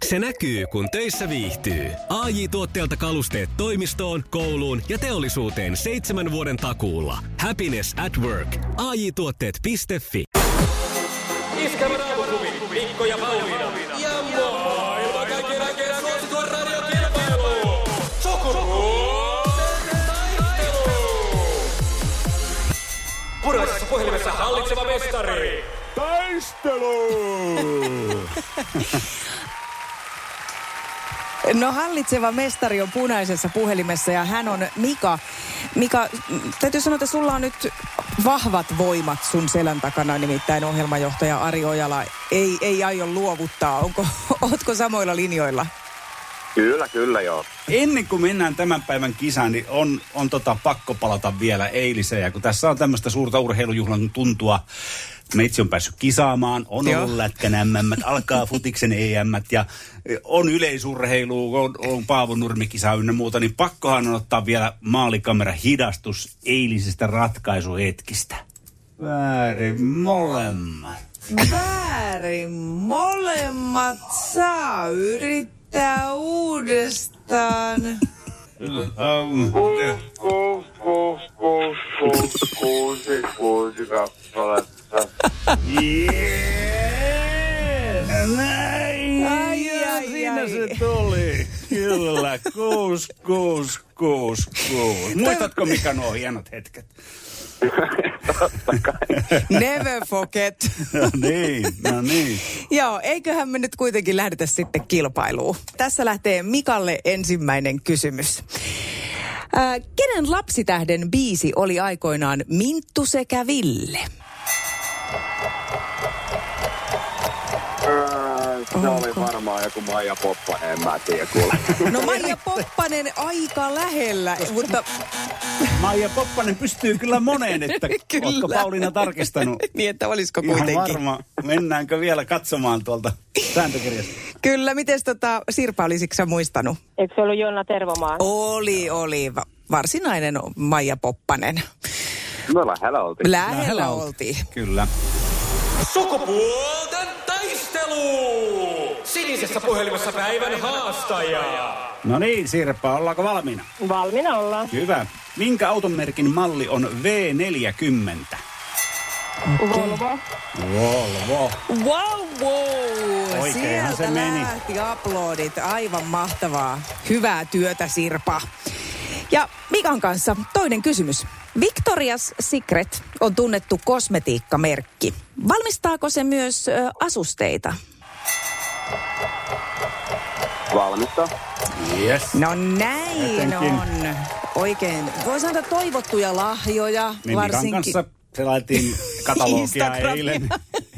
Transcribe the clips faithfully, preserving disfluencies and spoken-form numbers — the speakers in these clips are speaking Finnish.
Se näkyy, kun töissä viihtyy. A J-tuotteelta kalusteet toimistoon, kouluun ja teollisuuteen seitsemän vuoden takuulla. Happiness at work. A J tuotteet piste fi. Iskävä raamuklubi, Mikko ja Pauliina. Ja maailman kaikkien aikeen suosituen radiokilpailu. Sukupuolten taistelu. Puraisessa puhelimessa hallitseva mestari. Taistelu! No hallitseva mestari on punaisessa puhelimessa ja hän on Mika. Mika, täytyy sanoa, että sulla on nyt vahvat voimat sun selän takana, nimittäin ohjelmajohtaja Ari Ojala ei, ei aio luovuttaa. Onko, ootko samoilla linjoilla? Kyllä, kyllä joo. Ennen kuin mennään tämän päivän kisaan, niin on, on tota pakko palata vielä eiliseen. Ja kun tässä on tämmöistä suurta urheilujuhlan tuntua, mä itse on päässyt kisaamaan, on Joo. ollut lätkän äm äm, alkaa futiksen E M ja on yleisurheilu, on, on Paavo Nurmi-kisa ynnä muuta, niin pakkohan on ottaa vielä maalikamera hidastus eilisistä ratkaisuhetkistä. Väärin molemmat. Väärin molemmat saa yrittää uudestaan. Um, Kuusi, kuusi, kuusi, kuusi, kuusi, kuusi kappaletta. Yes! Näin! Ai, Ja ai, siinä ai. se tuli. Kyllä, kuusi, kuusi, kuusi, kuusi. Muistatko, mikä nuo hienot hetket? Totta kai. Never forget. No niin, no niin. Joo, eiköhän me nyt kuitenkin lähdetä sitten kilpailuun. Tässä lähtee Mikalle ensimmäinen kysymys. Ää, kenen lapsitähden biisi oli aikoinaan Minttu sekä Ville? Se oli varmaan joku Maija Poppanen, en mä tiedä kuule. No Maija Poppanen aika lähellä, mutta... Maija Poppanen pystyy kyllä moneen, että Kyllä. ootko Pauliina tarkistanut? Niin, että olisiko Ihan kuitenkin. varma. Mennäänkö vielä katsomaan tuolta sääntökirjasta? Kyllä, miten tota, Sirpa, olisitko sä muistanut? Eikö se ollut Jonna Tervomaa? Oli, oli. Va- Varsinainen Maija Poppanen. No lähellä oltiin. Lähellä Lähellä oltiin. Kyllä. Sukupuolten taistelu. Sinisessä puhelimessa päivän haastaja. No niin, Sirpa, ollaanko valmiina? Valmiina ollaan. Hyvä. Minkä automerkin malli on V neljäkymmentä? Volvo. Volvo. Wow, wow. Oikeinhan Sieltä se meni. lähti aplodit. Aivan mahtavaa. Hyvää työtä, Sirpa. Ja Mikan kanssa toinen kysymys. Victoria's Secret on tunnettu kosmetiikkamerkki. Valmistaako se myös ö, asusteita? Valmista. Yes. No näin Etenkin. on. Oikein. Voi sanoa varsinkin lahjoja. Niin Mikan kanssa selaitiin katalogia Instagramia. eilen.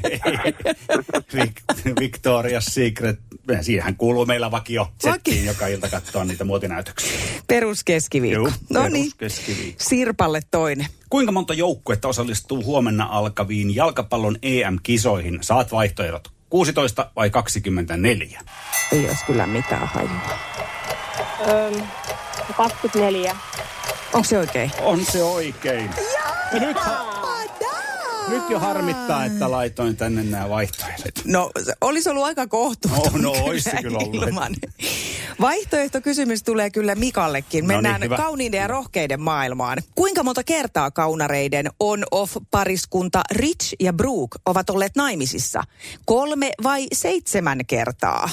Victoria's Secret. Siihenhän kuuluu meillä vakio settiin joka ilta katsoa niitä muotinäytöksiä. Peruskeskiviikko. Joo, No niin. peruskeskiviikko. Sirpalle toinen. Kuinka monta joukkuetta osallistuu huomenna alkaviin jalkapallon E M-kisoihin? Saat vaihtoehdot kuusitoista vai kaksikymmentäneljä? Ei olisi kyllä mitään hajua. Öm, kaksikymmentäneljä. Onko se oikein? On se oikein. Ja nyt, nyt jo harmittaa, että laitoin tänne nämä vaihtoehdot. No, se olisi ollut aika kohtuuton. No, no, olisi se kyllä ollut. ilman. Vaihtoehtokysymys tulee kyllä Mikallekin. No niin, Mennään hyvä. kauniiden ja rohkeiden maailmaan. Kuinka monta kertaa kaunareiden on-off-pariskunta Rich ja Brooke ovat olleet naimisissa? Kolme vai seitsemän kertaa?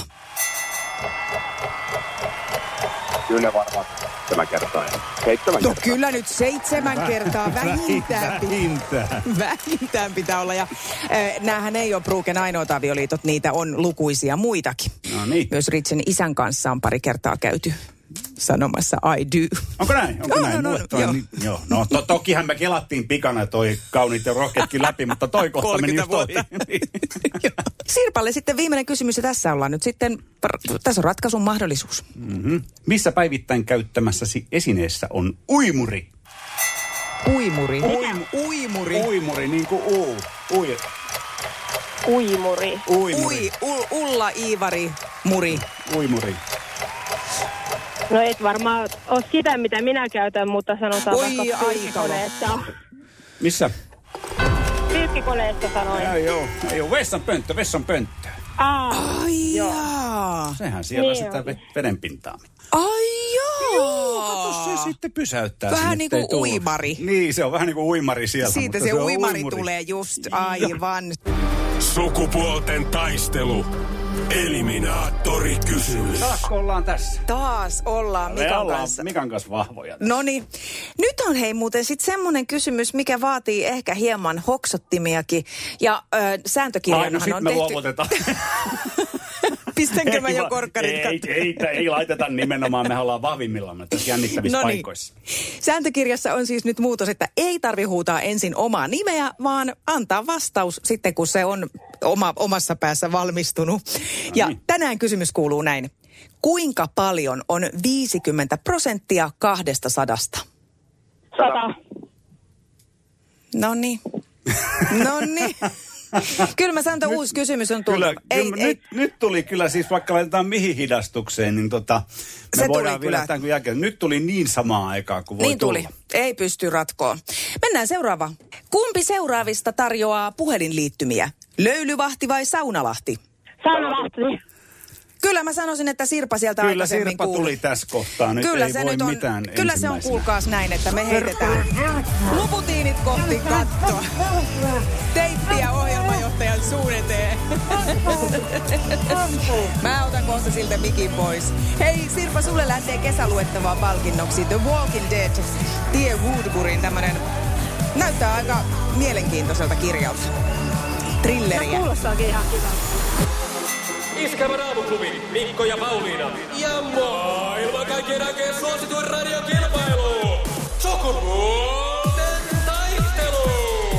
Kyllä ne varmaan tämä kertaa. Seitsemän No kertaa. kyllä nyt seitsemän kertaa vähintään, pi- Vähintään. vähintään pitää olla. Ja äh, näähän ei ole Brooken ainoat avioliitot, niitä on lukuisia muitakin. No niin. Myös Richin isän kanssa on pari kertaa käyty sanomassa I do. Onko näin? Onko Joo, näin? no, no, Mulle toi joo. Niin, joo. No to, tokihan me kelattiin pikana toi kauniit ja rohkeatkin läpi, mutta toi kohta meni just ohi. Joo. Sirpalle sitten viimeinen kysymys ja tässä ollaan nyt sitten, tässä on ratkaisun mahdollisuus. Mm-hmm. Missä päivittäin käyttämässäsi esineessä on uimuri? Uimuri. Uim, uimuri. Uimuri, niin kuin uu. Ui. Uimuri. Uimuri. Ui, ul, Ulla, Iivari, Muri. Uimuri. No et varmaan ole sitä, mitä minä käytän, mutta sanotaan Oi, vaikka aikalo. pyykkikoneessa. Missä? Pyykkikoneessa sanoin. Ja, joo. Ei ole vessan pönttö, vessan pönttö. Aa, Ai joo. jaa. Jaa. Sehän siellä Niin sitä on. ve- vedenpintaa. Ai joo. Joo, kato se sitten pysäyttää. Vähän sen, niin kuin ettei tullut. uimari. Niin, se on vähän niin kuin uimari siellä. Siitä mutta se on uimari uimuri. tulee just, aivan. Sukupuolten taistelu. Eliminaattori kysymys. Taas ollaan tässä. Taas ollaan Me Mikan ollaan kanssa. Mikan kanssa vahvoja. No niin. Nyt on hei muuten sitten semmoinen kysymys, mikä vaatii ehkä hieman hoksottimiakin. Ja ö, Ai, no sääntökirjanahan sit on me tehty... luovutetaan. Pistänkö mä jo va- korkkarit ei, kattoon? ei, ei, ei laiteta nimenomaan, me ollaan vahvimmillamme tässä jännittävissä No niin. paikoissa. Sääntökirjassa on siis nyt muutos, että ei tarvi huutaa ensin omaa nimeä, vaan antaa vastaus sitten, kun se on oma, omassa päässä valmistunut. Ja niin. tänään kysymys kuuluu näin. Kuinka paljon on viisikymmentä prosenttia kahdesta sadasta? Sata. No niin. No niin. Kyllä mä sanon, että uusi kysymys on tullut. Kyllä, ei, kyllä ei, nyt, nyt tuli kyllä siis, vaikka laitetaan mihin hidastukseen, niin tota, me Se voidaan tuli vielä kyllä. tämän kun jälkeen. Nyt tuli niin samaa aikaa kuin voi niin tulla. tuli. Ei pysty ratkoon. Mennään seuraavaan. Kumpi seuraavista tarjoaa puhelinliittymiä? Löylyvahti vai saunalahti? Saunalahti. Kyllä mä sanoisin, että Sirpa sieltä Kyllä aikaisemmin Sirpa kuului. tuli tässä kohtaa. Nyt Kyllä ei se voi nyt on, mitään kyllä se on ensimmäisenä. kuulkaas näin, että me heitetään luputiinit kohti kattoa. Teippiä ohjelmajohtajan suun eteen. Mä otan kohta siltä mikin pois. Hei Sirpa, sulle lähtee kesäluettavaa palkinnoksi The Walking Dead, Tie Woodburyn tämmönen, näyttää aika mielenkiintoiselta kirjalta. Thrilleriä. Kuulostaakin ihan hyvä. Iskävän aamuklubi, Mikko ja Pauliina. Ja maailman kaikkien aikeen suosituen radiokilpailu. Sukupuolten taistelu.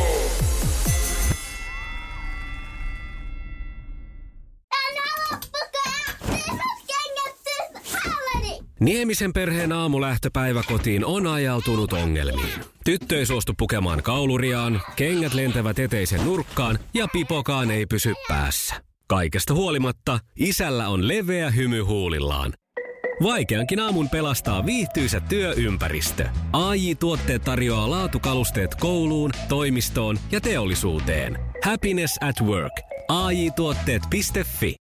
Niemisen perheen aamulähtöpäivä kotiin on ajautunut ongelmiin. Tyttö ei suostu pukemaan kauluriaan, kengät lentävät eteisen nurkkaan ja pipokaan ei pysy päässä. Kaikesta huolimatta isällä on leveä hymy huulillaan. Vaikeankin aamun pelastaa viihtyisä työympäristö. A J Tuotteet tarjoaa laatukalusteet kouluun, toimistoon ja teollisuuteen. Happiness at work. A J tuotteet piste fi